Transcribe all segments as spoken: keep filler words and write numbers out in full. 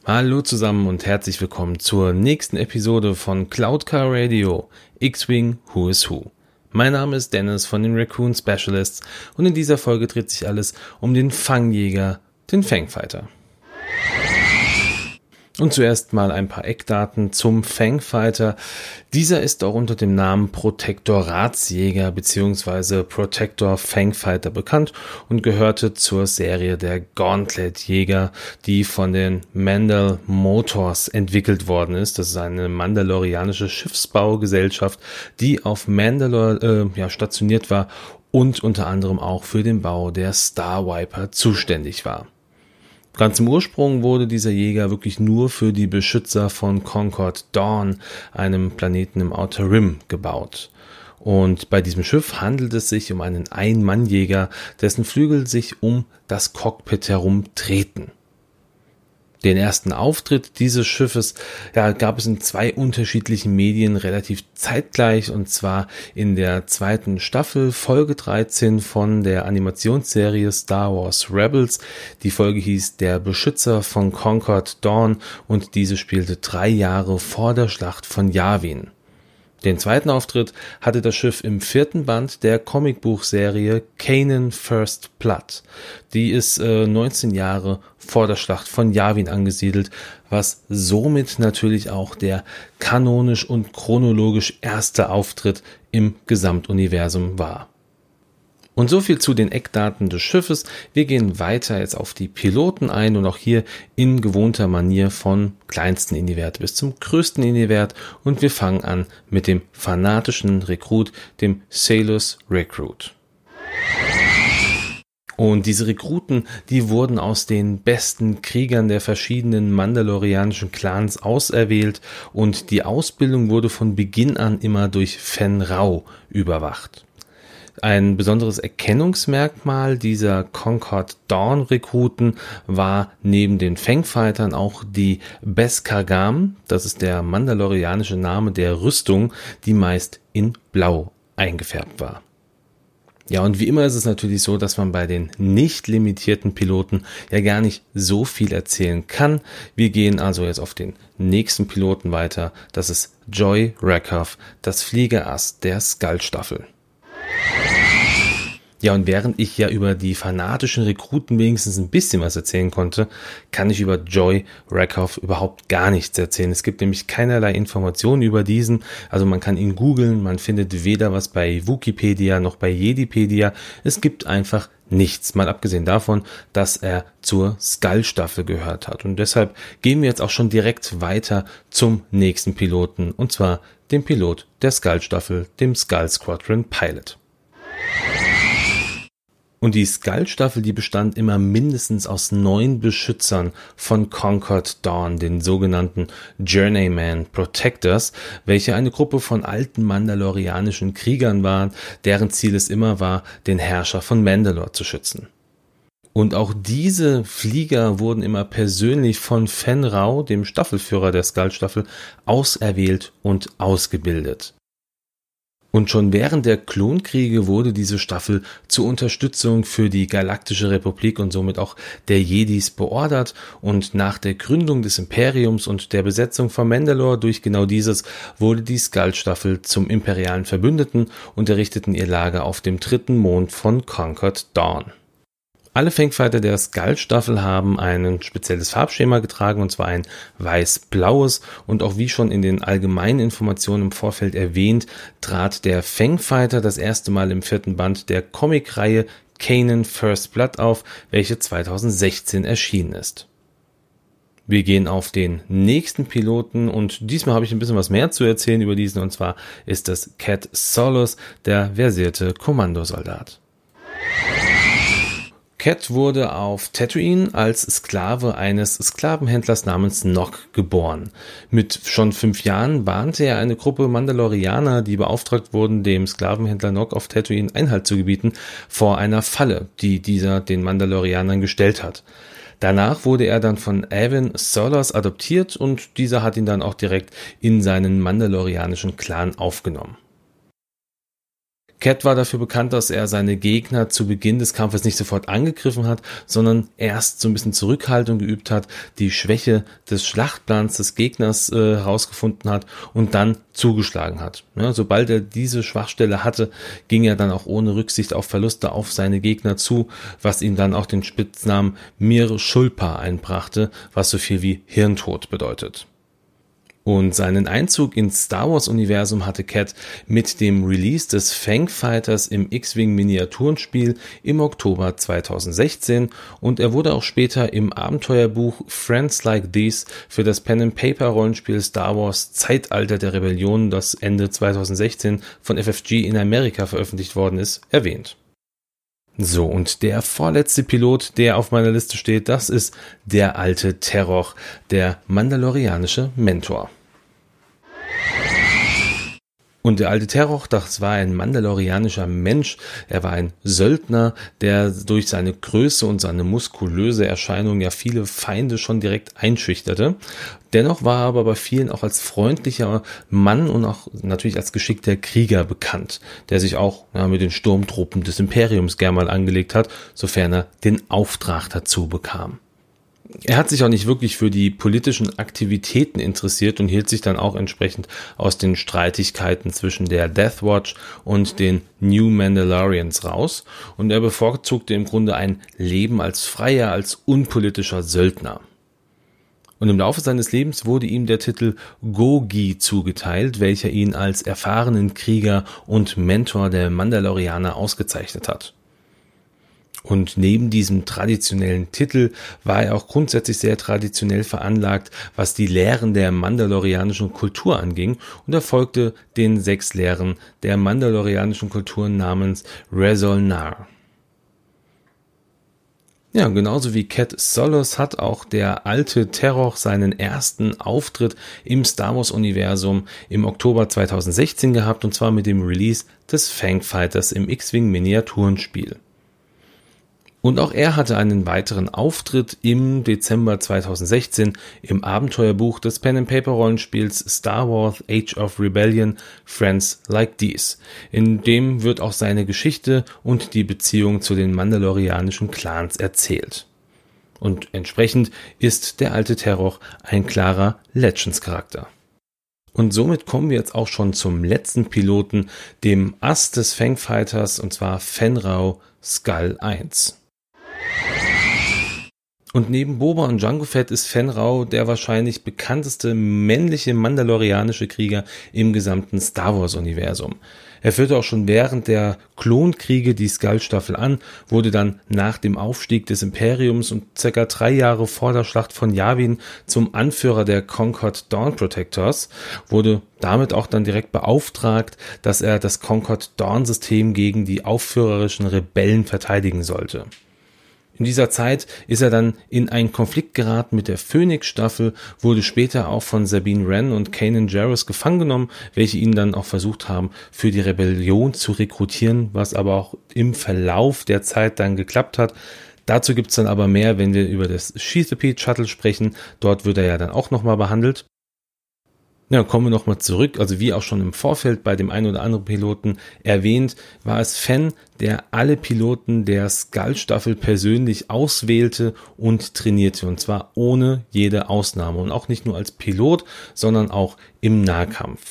Hallo zusammen und herzlich willkommen zur nächsten Episode von Cloud Car Radio, X-Wing Who is Who. Mein Name ist Dennis von den Raccoon Specialists und in dieser Folge dreht sich alles um den Fangjäger, den Fangfighter. Und zuerst mal ein paar Eckdaten zum Fangfighter. Dieser ist auch unter dem Namen Protektoratsjäger bzw. Protector Fangfighter bekannt und gehörte zur Serie der Gauntlet-Jäger, die von den Mandal Motors entwickelt worden ist. Das ist eine mandalorianische Schiffsbaugesellschaft, die auf Mandalore äh, ja, stationiert war und unter anderem auch für den Bau der Star Viper zuständig war. Ganz im Ursprung wurde dieser Jäger wirklich nur für die Beschützer von Concord Dawn, einem Planeten im Outer Rim, gebaut. Und bei diesem Schiff handelt es sich um einen Ein-Mann-Jäger, dessen Flügel sich um das Cockpit herum drehten. Den ersten Auftritt dieses Schiffes ja, gab es in zwei unterschiedlichen Medien relativ zeitgleich, und zwar in der zweiten Staffel, Folge dreizehn von der Animationsserie Star Wars Rebels. Die Folge hieß Der Beschützer von Concord Dawn und diese spielte drei Jahre vor der Schlacht von Yavin. Den zweiten Auftritt hatte das Schiff im vierten Band der Comicbuchserie Kanan First Blood. Die ist äh, neunzehn Jahre vor der Schlacht von Yavin angesiedelt, was somit natürlich auch der kanonisch und chronologisch erste Auftritt im Gesamtuniversum war. Und so viel zu den Eckdaten des Schiffes. Wir gehen weiter jetzt auf die Piloten ein und auch hier in gewohnter Manier von kleinsten Individuum bis zum größten Individuum. Und wir fangen an mit dem fanatischen Rekrut, dem Salus Recruit. Und diese Rekruten, die wurden aus den besten Kriegern der verschiedenen mandalorianischen Clans auserwählt und die Ausbildung wurde von Beginn an immer durch Fenn Rau überwacht. Ein besonderes Erkennungsmerkmal dieser Concord Dawn Rekruten war neben den Fangfightern auch die Beskar Gam, das ist der mandalorianische Name der Rüstung, die meist in Blau eingefärbt war. Ja, und wie immer ist es natürlich so, dass man bei den nicht limitierten Piloten ja gar nicht so viel erzählen kann. Wir gehen also jetzt auf den nächsten Piloten weiter. Das ist Joy Rakoff, das Fliegerass der Skull-Staffel. Ja, und während ich ja über die fanatischen Rekruten wenigstens ein bisschen was erzählen konnte, kann ich über Joy Rakoff überhaupt gar nichts erzählen. Es gibt nämlich keinerlei Informationen über diesen, also man kann ihn googeln, man findet weder was bei Wikipedia noch bei Jedipedia. Es gibt einfach nichts, mal abgesehen davon, dass er zur Skull-Staffel gehört hat. Und deshalb gehen wir jetzt auch schon direkt weiter zum nächsten Piloten, und zwar dem Pilot der Skull-Staffel, dem Skull Squadron Pilot. Und die Skull-Staffel, die bestand immer mindestens aus neun Beschützern von Concord Dawn, den sogenannten Journeyman Protectors, welche eine Gruppe von alten mandalorianischen Kriegern waren, deren Ziel es immer war, den Herrscher von Mandalore zu schützen. Und auch diese Flieger wurden immer persönlich von Fenn Rau, dem Staffelführer der Skull-Staffel, auserwählt und ausgebildet. Und schon während der Klonkriege wurde diese Staffel zur Unterstützung für die Galaktische Republik und somit auch der Jedis beordert, und nach der Gründung des Imperiums und der Besetzung von Mandalore durch genau dieses wurde die Skull-Staffel zum imperialen Verbündeten und errichteten ihr Lager auf dem dritten Mond von Concord Dawn. Alle Fangfighter der Skull-Staffel haben ein spezielles Farbschema getragen, und zwar ein weiß-blaues, und auch wie schon in den allgemeinen Informationen im Vorfeld erwähnt, trat der Fangfighter das erste Mal im vierten Band der Comicreihe Kanan First Blood auf, welche zweitausendsechzehn erschienen ist. Wir gehen auf den nächsten Piloten, und diesmal habe ich ein bisschen was mehr zu erzählen über diesen, und zwar ist das Cat Solos, der versierte Kommandosoldat. Cat wurde auf Tatooine als Sklave eines Sklavenhändlers namens Nock geboren. Mit schon fünf Jahren warnte er eine Gruppe Mandalorianer, die beauftragt wurden, dem Sklavenhändler Nock auf Tatooine Einhalt zu gebieten, vor einer Falle, die dieser den Mandalorianern gestellt hat. Danach wurde er dann von Avon Solos adoptiert, und dieser hat ihn dann auch direkt in seinen mandalorianischen Clan aufgenommen. Cat war dafür bekannt, dass er seine Gegner zu Beginn des Kampfes nicht sofort angegriffen hat, sondern erst so ein bisschen Zurückhaltung geübt hat, die Schwäche des Schlachtplans des Gegners äh, herausgefunden hat und dann zugeschlagen hat. Ja, sobald er diese Schwachstelle hatte, ging er dann auch ohne Rücksicht auf Verluste auf seine Gegner zu, was ihm dann auch den Spitznamen Mir Shulpa einbrachte, was so viel wie Hirntod bedeutet. Und seinen Einzug ins Star Wars Universum hatte Cat mit dem Release des Fang Fighters im X-Wing Miniaturenspiel im Oktober zweitausendsechzehn und er wurde auch später im Abenteuerbuch Friends Like These für das Pen-and-Paper-Rollenspiel Star Wars Zeitalter der Rebellion, das Ende zweitausendsechzehn von F F G in Amerika veröffentlicht worden ist, erwähnt. So, und der vorletzte Pilot, der auf meiner Liste steht, das ist der alte Terroch, der mandalorianische Mentor. Und der alte Terroch, das war ein mandalorianischer Mensch, er war ein Söldner, der durch seine Größe und seine muskulöse Erscheinung ja viele Feinde schon direkt einschüchterte. Dennoch war er aber bei vielen auch als freundlicher Mann und auch natürlich als geschickter Krieger bekannt, der sich auch ja, mit den Sturmtruppen des Imperiums gern mal angelegt hat, sofern er den Auftrag dazu bekam. Er hat sich auch nicht wirklich für die politischen Aktivitäten interessiert und hielt sich dann auch entsprechend aus den Streitigkeiten zwischen der Death Watch und den New Mandalorians raus und er bevorzugte im Grunde ein Leben als freier, als unpolitischer Söldner. Und im Laufe seines Lebens wurde ihm der Titel Gogi zugeteilt, welcher ihn als erfahrenen Krieger und Mentor der Mandalorianer ausgezeichnet hat. Und neben diesem traditionellen Titel war er auch grundsätzlich sehr traditionell veranlagt, was die Lehren der mandalorianischen Kultur anging und er folgte den sechs Lehren der mandalorianischen Kultur namens Rezol Nar. Ja, genauso wie Cat Solos hat auch der alte Terroch seinen ersten Auftritt im Star Wars Universum im Oktober zweitausendsechzehn gehabt und zwar mit dem Release des Fang Fighters im X-Wing Miniaturenspiel. Und auch er hatte einen weiteren Auftritt im Dezember zweitausendsechzehn im Abenteuerbuch des Pen-and-Paper-Rollenspiels Star Wars Age of Rebellion Friends Like These. In dem wird auch seine Geschichte und die Beziehung zu den mandalorianischen Clans erzählt. Und entsprechend ist der alte Terroch ein klarer Legends-Charakter. Und somit kommen wir jetzt auch schon zum letzten Piloten, dem Ass des Fang Fighters, und zwar Fenn Rau Skull eins. Und neben Boba und Jango Fett ist Fenn Rau der wahrscheinlich bekannteste männliche mandalorianische Krieger im gesamten Star Wars Universum. Er führte auch schon während der Klonkriege die Skull-Staffel an, wurde dann nach dem Aufstieg des Imperiums und circa drei Jahre vor der Schlacht von Yavin zum Anführer der Concord Dawn Protectors, wurde damit auch dann direkt beauftragt, dass er das Concord Dawn System gegen die aufführerischen Rebellen verteidigen sollte. In dieser Zeit ist er dann in einen Konflikt geraten mit der Phoenix-Staffel, wurde später auch von Sabine Wren und Kanan Jarrus gefangen genommen, welche ihn dann auch versucht haben, für die Rebellion zu rekrutieren, was aber auch im Verlauf der Zeit dann geklappt hat. Dazu gibt's dann aber mehr, wenn wir über das Sheathipede Shuttle sprechen. Dort wird er ja dann auch nochmal behandelt. Ja, kommen wir nochmal zurück, also wie auch schon im Vorfeld bei dem einen oder anderen Piloten erwähnt, war es Fenn, der alle Piloten der Skull-Staffel persönlich auswählte und trainierte, und zwar ohne jede Ausnahme und auch nicht nur als Pilot, sondern auch im Nahkampf.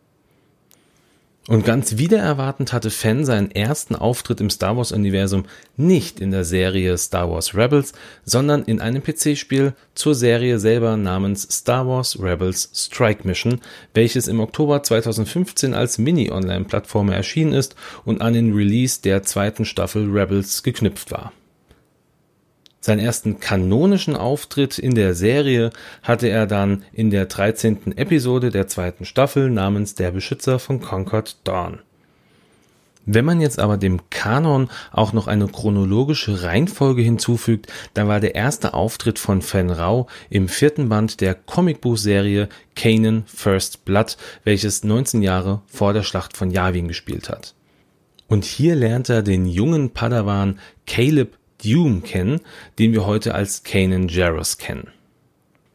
Und ganz wider erwartend hatte Fenn seinen ersten Auftritt im Star Wars Universum nicht in der Serie Star Wars Rebels, sondern in einem P C-Spiel zur Serie selber namens Star Wars Rebels Strike Mission, welches im Oktober zweitausendfünfzehn als Mini-Online-Plattform erschienen ist und an den Release der zweiten Staffel Rebels geknüpft war. Seinen ersten kanonischen Auftritt in der Serie hatte er dann in der dreizehnten Episode der zweiten Staffel namens Der Beschützer von Concord Dawn. Wenn man jetzt aber dem Kanon auch noch eine chronologische Reihenfolge hinzufügt, dann war der erste Auftritt von Fenn Rau im vierten Band der Comicbuchserie Kanan First Blood, welches neunzehn Jahre vor der Schlacht von Yavin gespielt hat. Und hier lernt er den jungen Padawan Caleb Dume kennen, den wir heute als Kanan Jarrus kennen.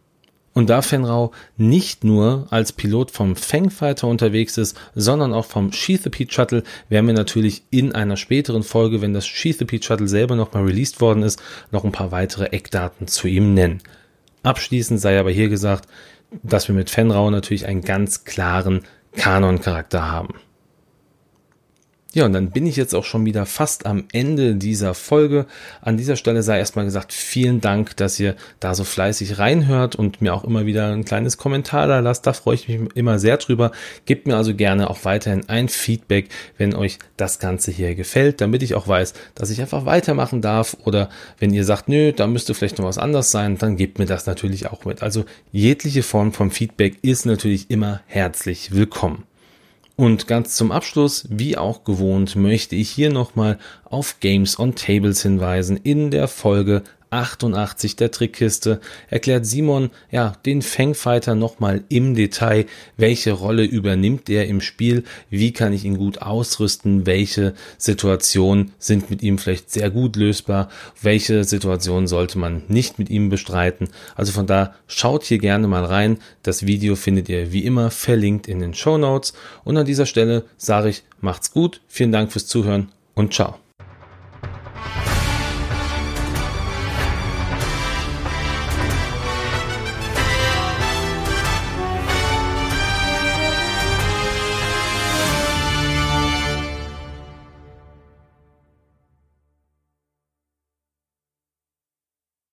Und da Fenrau nicht nur als Pilot vom Fangfighter unterwegs ist, sondern auch vom Sheath the Pete Shuttle, werden wir natürlich in einer späteren Folge, wenn das Sheath the Pete Shuttle selber nochmal released worden ist, noch ein paar weitere Eckdaten zu ihm nennen. Abschließend sei aber hier gesagt, dass wir mit Fenrau natürlich einen ganz klaren Kanon-Charakter haben. Ja, und dann bin ich jetzt auch schon wieder fast am Ende dieser Folge. An dieser Stelle sei erstmal gesagt, vielen Dank, dass ihr da so fleißig reinhört und mir auch immer wieder ein kleines Kommentar da lasst. Da freue ich mich immer sehr drüber. Gebt mir also gerne auch weiterhin ein Feedback, wenn euch das Ganze hier gefällt, damit ich auch weiß, dass ich einfach weitermachen darf. Oder wenn ihr sagt, nö, da müsste vielleicht noch was anderes sein, dann gebt mir das natürlich auch mit. Also jegliche Form von Feedback ist natürlich immer herzlich willkommen. Und ganz zum Abschluss, wie auch gewohnt, möchte ich hier nochmal auf Games on Tables hinweisen. In der Folge achtundachtzig der Trickkiste erklärt Simon ja den Fangfighter nochmal im Detail, welche Rolle übernimmt er im Spiel, wie kann ich ihn gut ausrüsten, welche Situationen sind mit ihm vielleicht sehr gut lösbar, welche Situationen sollte man nicht mit ihm bestreiten. Also von da schaut hier gerne mal rein. Das Video findet ihr wie immer verlinkt in den Shownotes. Und an dieser Stelle sage ich, macht's gut, vielen Dank fürs Zuhören und ciao.